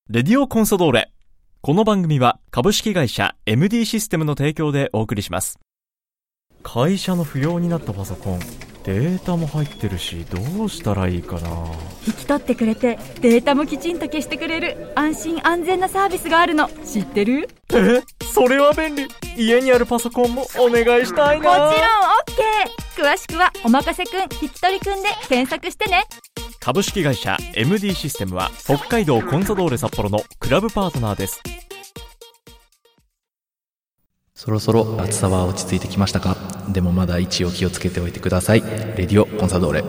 レディオコンソドーレ。この番組は株式会社 MD システムの提供でお送りします。会社の不要になったパソコン、データも入ってるし、どうしたらいいかな。 引き取ってくれてデータもきちんと消してくれる安心安全なサービスがあるの知ってる？ それは便利。家にあるパソコンもお願いしたいな。 もちろん OK。 詳しくはおまかせくん引き取りくんで検索してね。 株式会社 MD システムは北海道コンサドーレ札幌のクラブパートナーです。 そろそろ暑さは落ち着いてきましたか？でもまだ位置を気をつけておいてください。レディオコンサドーレ。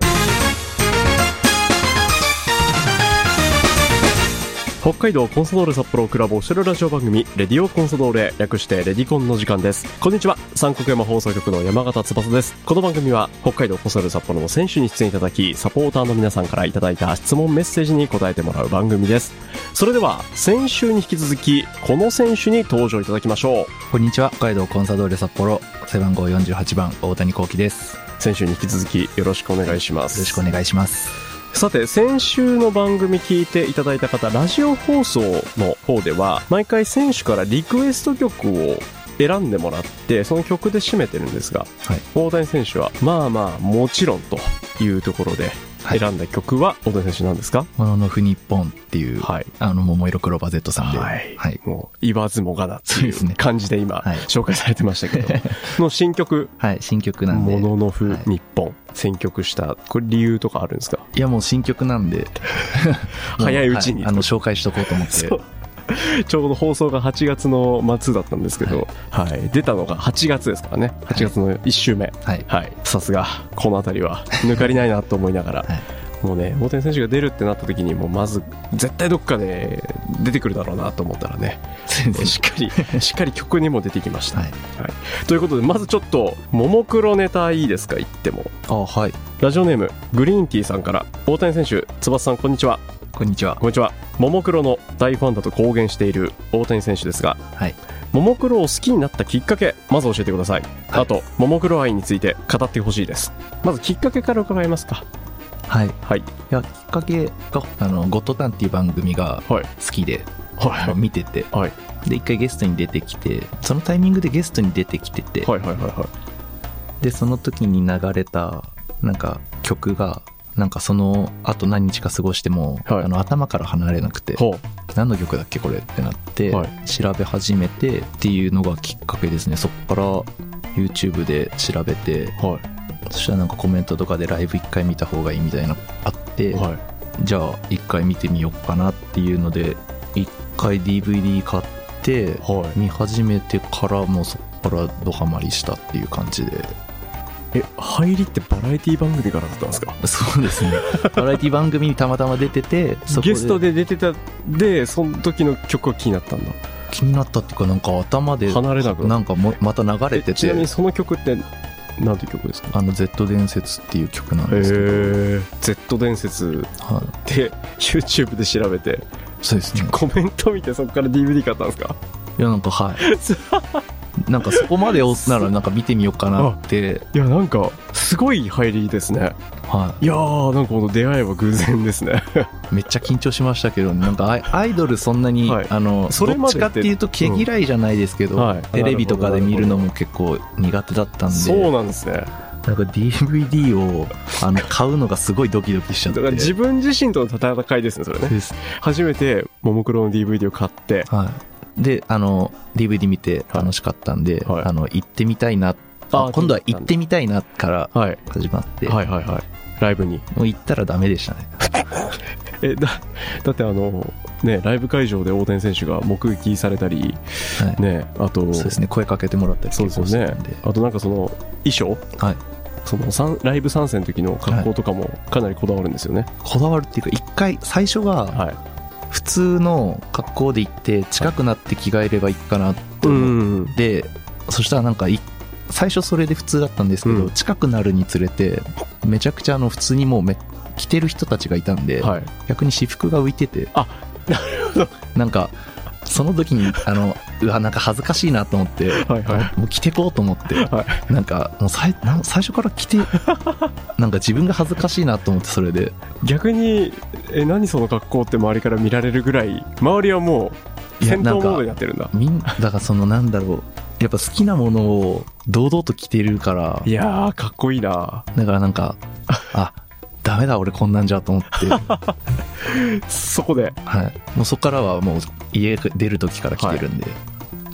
北海道コンサドーレ札幌クラブオフィシャルラジオ番組レディオコンサドーレ、略してレディコンの時間です。こんにちは、三国山放送局の山形翼です。この番組は北海道コンサドーレ札幌の選手に出演いただき、サポーターの皆さんからいただいた質問メッセージに答えてもらう番組です。それでは先週に引き続きこの選手に登場いただきましょう。 こんにちは、北海道コンサドーレ札幌背番号48番大谷幸喜です。 先週に引き続きよろしくお願いします。 よろしくお願いします。 さて、先週の番組聞いていただいた方、ラジオ放送の方では毎回選手からリクエスト曲を選んでもらってその曲で締めてるんですが、はい、大谷選手はまあまあもちろんというところで選んだ曲は大谷選手なんですか？ モノノフ日本っていう、はい、桃色クローバー Z さんで、 はいはい、もう言わずもがなっていう感じで今、はい、紹介されてましたけどの新曲、 はい、新曲なんでモノノフ日本、はい、選曲したこれ理由とかあるんですか？ いやもう新曲なんで早いうちに、 はい、紹介しとこうと思ってちょうど放送が8月の末だったんですけど、はいはい、出たのが8月ですからね。8月の1週目、はいはい、さすがこのあたりは抜かりないなと思いながら、はい、もうね、大谷選手が出るってなった時にもうまず絶対どっかで出てくるだろうなと思ったらねしっかり曲にも出てきました、はいはい、ということでまずちょっとももクロネタいいですか？言っても。 はい。 ラジオネームグリーンティーさんから、大谷選手、翼さんこんにちは。 こんにちは。 こんにちは。ももクロの大ファンだと公言している大谷選手ですが、はい、ももクロを好きになったきっかけ、まず教えてください、はい、あとももクロ愛について語ってほしいです。まずきっかけから伺えますか？ はい、はい、いやきっかけがゴッドタンっていう番組が好きで、はい、見てて、はい、で一回ゲストに出てきて、そのタイミングでゲストに出てきてて、はいはいはいはい、でその時に流れたなんか曲がなんかその後何日か過ごしても、はい、頭から離れなくて、何の曲だっけこれってなって、はい、調べ始めてっていうのがきっかけですね。そこから YouTube で調べて、はい、そしたらなんかコメントとかでライブ1回見た方がいいみたいなあって、はい、じゃあ1回見てみようかなっていうので1回 DVD 買って、はい、見始めてからもうそこからドハマりしたっていう感じで。 入りってバラエティ番組からだったんですか？ そうですねバラエティ番組にたまたま出ててそこでゲストで出てたで、その時の曲が気になったんだ。 気になったっていうか、なんか頭で離れなくなんかまた流れてて。 ちなみにその曲って何ていう曲ですか ？Z 伝説っていう曲なんですけど、 Z 伝説で YouTube で調べて、 そうですね、 コメント見てそこから DVD 買ったんですか？ いやなんかなんかそこまでならなんか見てみようかなって。 いやなんかすごい入りですね。はい。いやーなんかこの出会いは偶然ですねめっちゃ緊張しましたけど、なんかアイドルそんなに、はい、それまでどっちかっていうと毛嫌いじゃないですけど、はい、テレビとかで見るのも結構苦手だったんで。 そうなんですね。 なんか DVD を買うのがすごいドキドキしちゃって。 だから自分自身との戦いですねそれね。初めてももクロの DVD を買って、はい、でDVD 見て楽しかったんで、はい、行ってみたいな、今度は行ってみたいなから始まって、はいはいはいはい、ライブにもう行ったらダメでしたねだってね、ライブ会場で大谷選手が目撃されたり、はいね、あとそうですね、声かけてもらったり。 そうですね。あとなんかその衣装、はい、そのライブ参戦の時の格好とかもかなりこだわるんですよね、はい、 こだわるっていうか、一回最初が、はい、普通の格好で行って近くなって着替えればいいかなと思って、そしたらなんか最初それで普通だったんですけど、近くなるにつれてめちゃくちゃ普通にもう着てる人たちがいたんで、はい、逆に私服が浮いてて。あ、なるほど。なんかその時にうわなんか恥ずかしいなと思ってはい、はい、もう着てこうと思って、はい、なんかもう最初から着てなんか自分が恥ずかしいなと思って、それで逆に何その格好って周りから見られるぐらい、周りはもう戦闘モードになってるんだ。 だからそのなんだろう、やっぱ好きなものを堂々と着てるから、 いやーかっこいいな。 だからなんかダメだ俺こんなんじゃと思ってそこで、 はい、もうそこからはもう家出る時から着てるんで、 はい、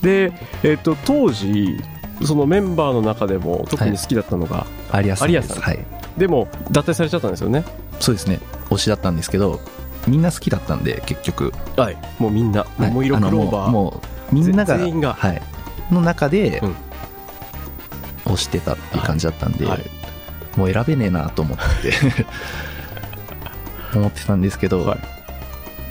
で、当時そのメンバーの中でも特に好きだったのが、 はい、アリアさんです。はい、 でも脱退されちゃったんですよね。 そうですね、推しだったんですけどみんな好きだったんで結局、 はい、もうみんな、はい、桃色クローバーもうみんなが全員が、 はい、の中で、推してたっていう感じだったんで、はい、もう選べねえなと思って思ってたんですけど、はい、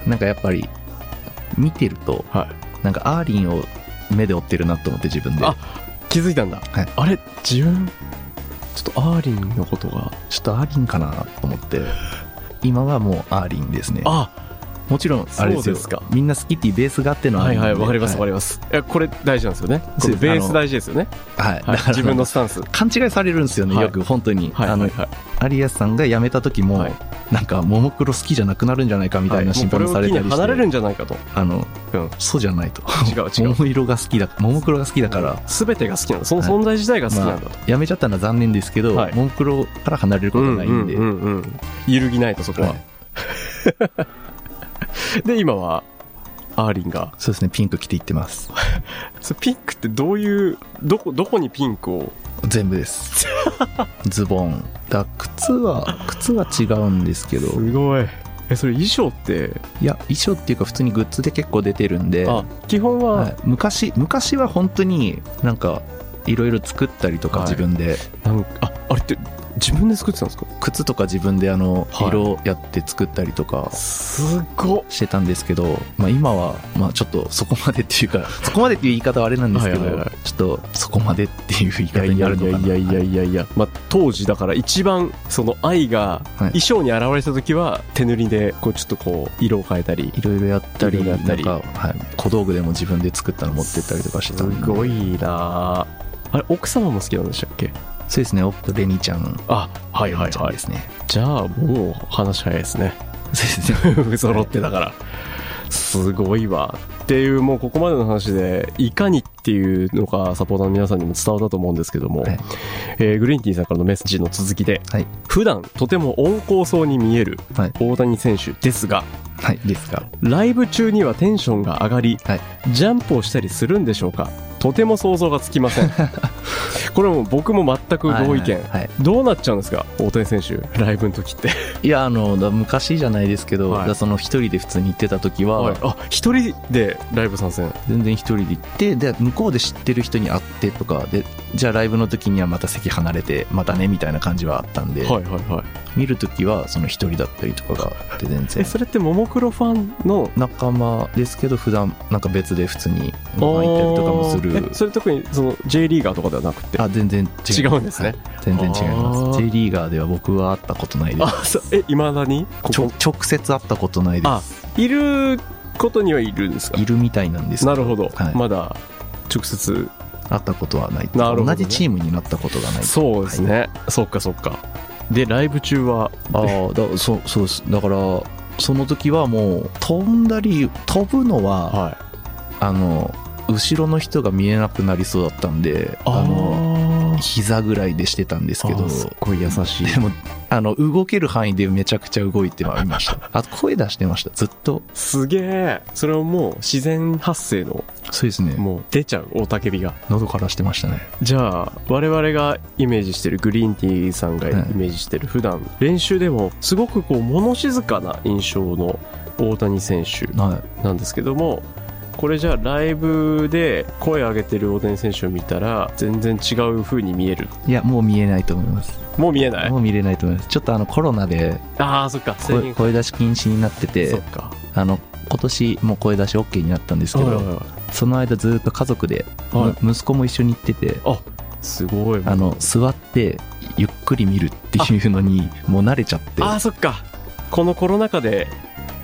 なんかやっぱり見てると、はい、なんかアーリンを目で追ってるなと思って自分で気づいたんだ、はい、あれ自分ちょっとアーリンのことがちょっとアーリンかなと思って今はもうアーリンですね。もちろんあれですよ、みんな好きっていうベースがあってのはいはい、わかりますわかります、はい、いやこれ大事なんですよね。このベース大事ですよね。 はい、だから自分のスタンス勘違いされるんですよね、よく本当に、はいはいはい、有安さんが辞めた時も、はい、なんかももクロ好きじゃなくなるんじゃないかみたいな心配もされたりして、 離れるんじゃないかと、 そうじゃないと違うもも色が好きだ、ももクロが好きだから全てが好きなんだ、その存在自体が好きなんだと、 辞めちゃったのは残念ですけど、ももクロから離れることはないんで、 揺るぎないとそこは、はいで今はアーリンがそうですね、ピンク着ていってますそれピンクってどういうどこにピンクを？ 全部ですズボンだ、靴は違うんですけど、 すごい。それ衣装って？ いや衣装っていうか普通にグッズで結構出てるんで、 基本は、 はい、昔は本当になんかいろいろ作ったりとか自分で、 はい、あれって自分で作ってたんですか？ 靴とか自分で色やって作ったりとかしてたんですけど、まあ、今はまあちょっとそこまでっていうかそこまでっていう言い方はあれなんですけど、はいはいはい、ちょっとそこまでっていう言い方になるのかな。 いや、まあ、当時だから一番その愛が衣装に現れた時は手塗りでこうちょっとこう色を変えたりいろいろやったりなんか、はい、小道具でも自分で作ったの持ってったりとかしてたんで。 すごいなあれ奥様も好きなんでしたっけ？ そうですね、夫レニちゃん。 はいはいはい、 ですね。 じゃあもう話早いですね。 そうですね揃ってだからすごいわっていう、もうここまでの話でいかにっていうのがサポーターの皆さんにも伝わったと思うんですけども、はい、グリーンティーさんからのメッセージの続きで、はい、普段とても温厚そうに見える大谷選手ですが、 はい、ですがライブ中にはテンションが上がり、はい、ジャンプをしたりするんでしょうか？とても想像がつきませんこれも僕も全く同意見、はいはいはい、どうなっちゃうんですか大谷選手ライブの時って？ いや昔じゃないですけど、はい、その一人で普通に行ってた時は、はい、 一人でライブ参戦？ 全然一人で行って、で向こうで知ってる人に会ってとかで、じゃあライブの時にはまた席離れてまたねみたいな感じはあったんで、はいはいはい、見る時はその一人だったりとかがあって全然それってももクロファンの仲間ですけど、普段なんか別で普通にご飯行ったりとかもする。 それ特にその J リーガーとかではなくて？ 全然違うんですね、はい、 全然違います。 J リーガーでは僕は会ったことないです。 未だに直接会ったことないです。 いることにはいるんですか？ いるみたいなんですけど。 なるほど、はい、まだ直接会ったことはない。なるほど、ね、同じチームになったことがない。 そうですね、はい、そっかでライブ中はそうですだからその時はもう飛ぶのは、はい、後ろの人が見えなくなりそうだったんで膝ぐらいでしてたんですけど、 すっごい優しい。 でも動ける範囲でめちゃくちゃ動いてはいましたあと声出してました、ずっと。 すげえ。それはもう自然発生の。 そうですね、 もう出ちゃう大たけびが喉からしてましたね。 じゃあ我々がイメージしてるグリーンティーさんがイメージしてる、普段練習でもすごくこう物静かな印象の大谷選手なんですけども、これじゃあライブで声上げてる大谷選手を見たら全然違う風に見える？ いや、もう見えないと思います。 もう見えない？ もう見れないと思います。ちょっとコロナでそっか、 声出し禁止になってて、 そっか、 今年もう声出し OK になったんですけど、その間ずっと家族で、息子も一緒に行ってて、 すごい、 座ってゆっくり見るっていうのにもう慣れちゃって。 そっか、このコロナ禍で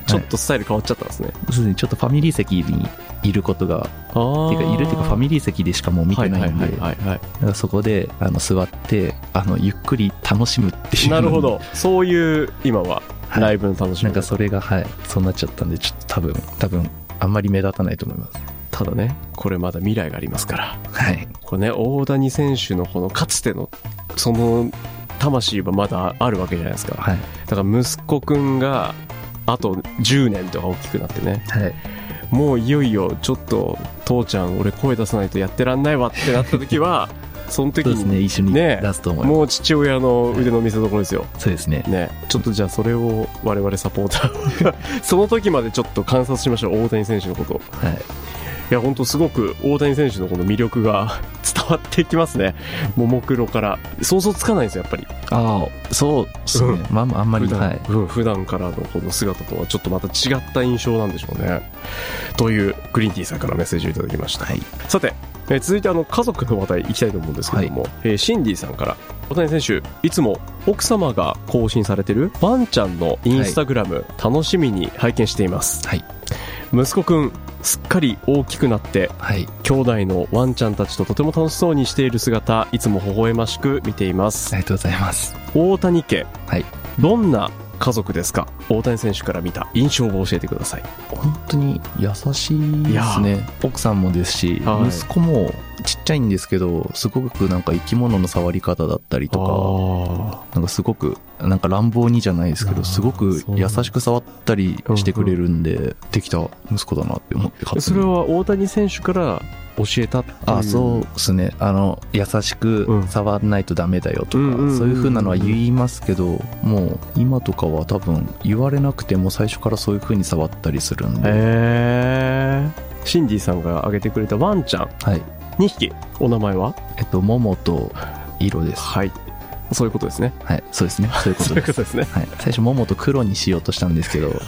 ちょっとスタイル変わっちゃったんですね。 そうですね、ちょっとファミリー席にいることがいるっていうかファミリー席でしかもう見てないんで、だからそこで座ってゆっくり楽しむっていう。 なるほど、そういう今はライブの楽しみ、 なんかそれがそうなっちゃったんで、ちょっと多分あんまり目立たないと思います。 ただね、これまだ未来がありますから、 はい、 これね、大谷選手のこのかつてのその魂はまだあるわけじゃないですか、 はい、 だから息子くんがあと10年とか大きくなってね、 はい、 もういよいよちょっと父ちゃん俺声出さないとやってらんないわってなった時はその時にね、一緒に出すと思います。 もう父親の腕の見せ所ですよ、 そうですね。 ちょっとじゃあそれを我々サポーターその時までちょっと観察しましょう、大谷選手のこと。 はい、 いや本当すごく大谷選手のこの魅力が伝わってきますね。ももクロから想像つかないんですよ、やっぱり。 ああ、そうですね、あんまり普段からのこの姿とはちょっとまた違った印象なんでしょうね。というグリーンティーさんからメッセージをいただきました。はい、さて、続いて家族の話題いきたいと思うんですけども、シンディさんから、大谷選手いつも奥様が更新されてるワンちゃんのインスタグラム、楽しみに拝見しています。はい、息子くんすっかり大きくなって、兄弟のワンちゃんたちととても楽しそうにしている姿、いつも微笑ましく見ています。 ありがとうございます。 大谷家、どんな家族ですか？大谷選手から見た印象を教えてください。 本当に優しいですね。奥さんもですし、息子もちっちゃいんですけど、すごくなんか生き物の触り方だったりとか、なんかすごくなんか乱暴にじゃないですけど、すごく優しく触ったりしてくれるんで、できた息子だなって思って。 それは大谷選手から教えたっていう？ そうですね、優しく触らないとダメだよとか、そういう風なのは言いますけど、もう今とかは多分言われなくても最初からそういう風に触ったりするんで。 シンディさんが挙げてくれたワンちゃん、2匹、お名前は？ モモとイロです。 はい、そういうことですね。 はい、そうですね、そういうことですね。はい、最初モモと黒にしようとしたんですけど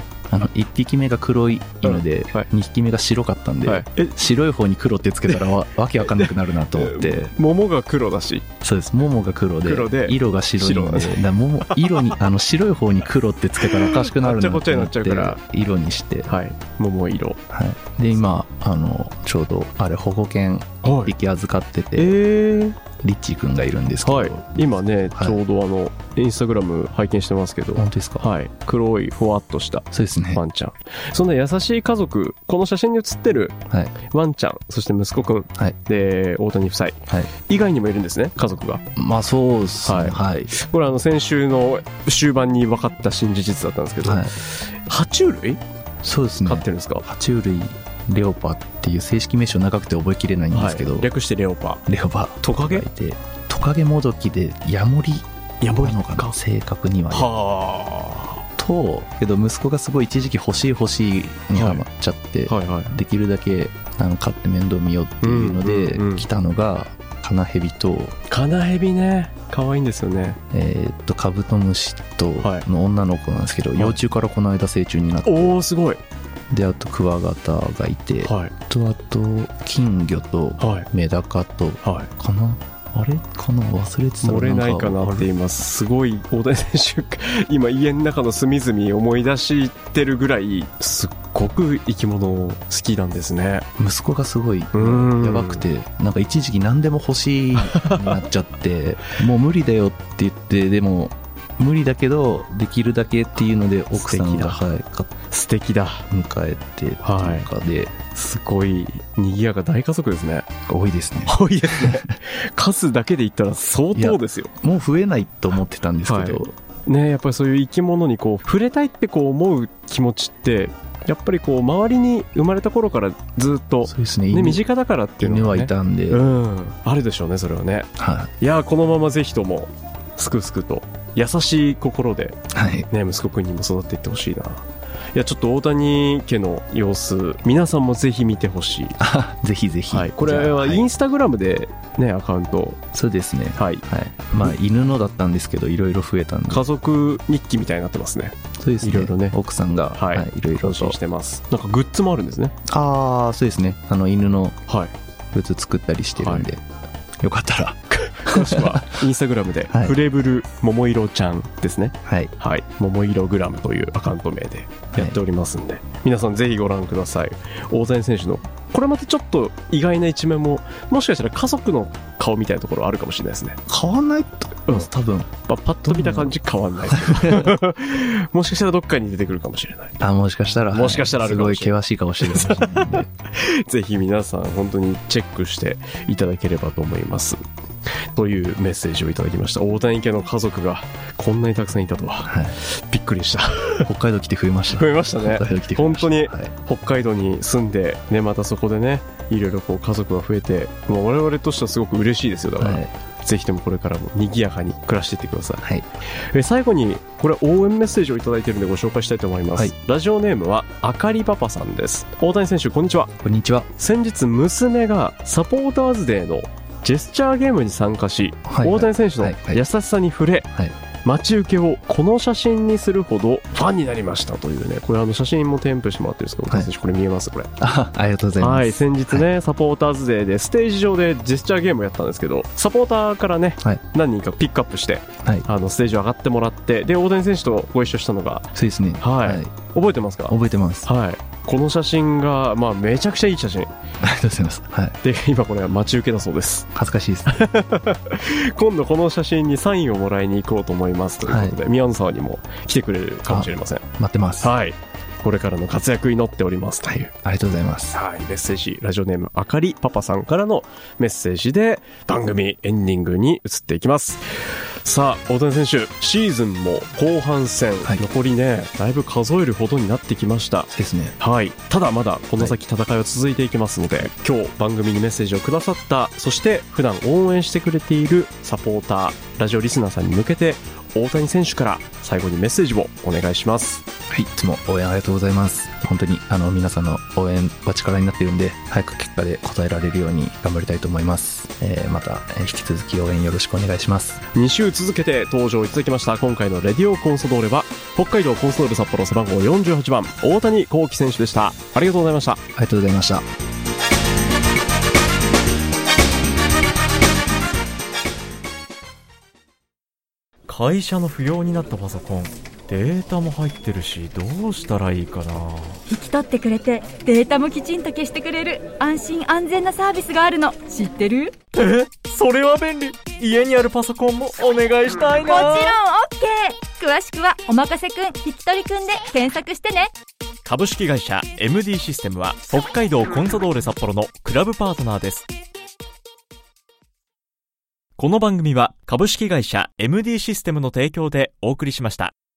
1匹目が黒い犬で、2匹目が白かったんで、白い方に黒ってつけたらわけわかんなくなるなと思って桃が黒だし、 そうです、桃が黒で色が白いので、色に白い方に黒ってつけたらおかしくなるなと思って色にして、 桃色、 で今ちょうど保護犬1匹預かってて、リッチーくんがいるんですけど、 今ね、ちょうどインスタグラム拝見してますけど、 本当ですか？ 黒いふわっとしたワンちゃん、そんな優しい家族、この写真に写ってるワンちゃん、そして息子くん、で大谷夫妻、以外にもいるんですね、家族が。 まあそうですね。 これ先週の終盤に分かった新事実だったんですけど、爬虫類？ そうですね、 飼ってるんですか？ 爬虫類、レオパっていう正式名称長くて覚えきれないんですけど、 略してレオパ。 トカゲもどきでヤモリなのかな、正確には。けど息子がすごい一時期欲しいにハマっちゃって、できるだけ飼って面倒見ようっていうので来たのがカナヘビと。 カナヘビね、可愛いんですよね。 カブトムシとの女の子なんですけど、幼虫からこの間成虫になって、 おーすごい。 であとクワガタがいて、あと金魚とメダカとかな、あれかな、忘れてた。 漏れないかなって言います。すごい大谷選手今家の中の隅々思い出してるぐらいすっごく生き物好きなんですね。 息子がすごいやばくて、なんか一時期何でも欲しいになっちゃってもう無理だよって言って、でも無理だけどできるだけっていうので奥さんが素敵だ迎えてっていうかで、 すごい賑やか大家族ですね。 多いですね。 多いですね数だけで言ったら相当ですよ。 もう増えないと思ってたんですけど、 ね、やっぱりそういう生き物にこう触れたいってこう思う気持ちってやっぱりこう周りに生まれた頃からずっと、身近だからっていうのが、 犬はいたんで、 あるでしょうね、それはね。いやこのままぜひともすくすくと優しい心で、息子くんにも育っていってほしいな。いやちょっと大谷家の様子皆さんもぜひ見てほしいぜひぜひ、 これはインスタグラムでね、アカウント。 そうですね、まあ犬のだったんですけどいろいろ増えたんで家族日記みたいになってますね。 そうですね、いろいろね、奥さんがいろいろ更新してます。なんかグッズもあるんですね。 そうですね、犬のグッズ作ったりしてるんで、よかったら詳しくはインスタグラムでフレブル桃色ちゃんですね。はい、はい、桃色グラムというアカウント名でやっておりますんで、皆さんぜひご覧ください。大谷選手のこれまたちょっと意外な一面ももしかしたら家族の顔みたいなところあるかもしれないですね。 変わんないと、多分パッと見た感じ変わんないですけどもしかしたらどっかに出てくるかもしれない。 もしかしたらあるかもしれない。すごい険しい顔してるかもしれないんでぜひ皆さん本当にチェックしていただければと思いますというメッセージをいただきました。大谷家の家族がこんなにたくさんいたとは、はい、びっくりした北海道来て増えました増えましたね。本当に北海道に住んで、ね、またそこでねいろいろこう家族が増えて、もう我々としてはすごく嬉しいですよ。だから、はい、ぜひともこれからも賑やかに暮らしていってください、はい、最後にこれ応援メッセージをいただいているのでご紹介したいと思います、はい、ラジオネームはあかりパパさんです。大谷選手こんにちは。 こんにちは。 先日娘がサポーターズデーのジェスチャーゲームに参加し、はいはい、大谷選手の優しさに触れ、はいはい、待ち受けをこの写真にするほどファンになりましたというね。これ写真も添付してもらってるんですけど、大谷選手これ見えます？これありがとうございます、 はい、先日ね、はい、サポーターズデーでステージ上でジェスチャーゲームをやったんですけど、サポーターからね、はい、何人かピックアップして、はい、ステージ上がってもらって、で大谷選手とご一緒したのがそうですね、 はいはい、覚えてますか？ 覚えてます、 はい。この写真が、めちゃくちゃいい写真。 ありがとうございます、はい、 で今これは待ち受けだそうです。 恥ずかしいですね今度この写真にサインをもらいに行こうと思いますということで、はい、宮野沢にも来てくれるかもしれません。 待ってます。 はい、これからの活躍祈っておりますという、はい、 ありがとうございます、 はい、メッセージラジオネームあかりパパさんからのメッセージで番組エンディングに移っていきます。さあ大谷選手シーズンも後半戦、はい、残りねだいぶ数えるほどになってきました。 ですね、 はい、ただまだこの先戦いは続いていきますので、はい、今日番組にメッセージをくださった、そして普段応援してくれているサポーターラジオリスナーさんに向けて大谷選手から最後にメッセージをお願いします。 はい、いつも応援ありがとうございます。本当に皆さんの応援は力になっているんで、早く結果で応えられるように頑張りたいと思います。また引き続き応援よろしくお願いします。 2週続けて登場いただきました今回のレディオコンソドーレは北海道コンソドーレ札幌背番号48番大谷幸喜選手でした。ありがとうございました。 ありがとうございました。 会社の不要になったパソコン、データも入ってるしどうしたらいいかな。 引き取ってくれてデータもきちんと消してくれる安心安全なサービスがあるの知ってる？ それは便利。家にあるパソコンもお願いしたいな。 もちろん OK。 詳しくはおまかせくん引き取りくんで検索してね。 株式会社 MD システムは北海道コンサドーレ札幌のクラブパートナーです。この番組は株式会社 MD システムの提供でお送りしました。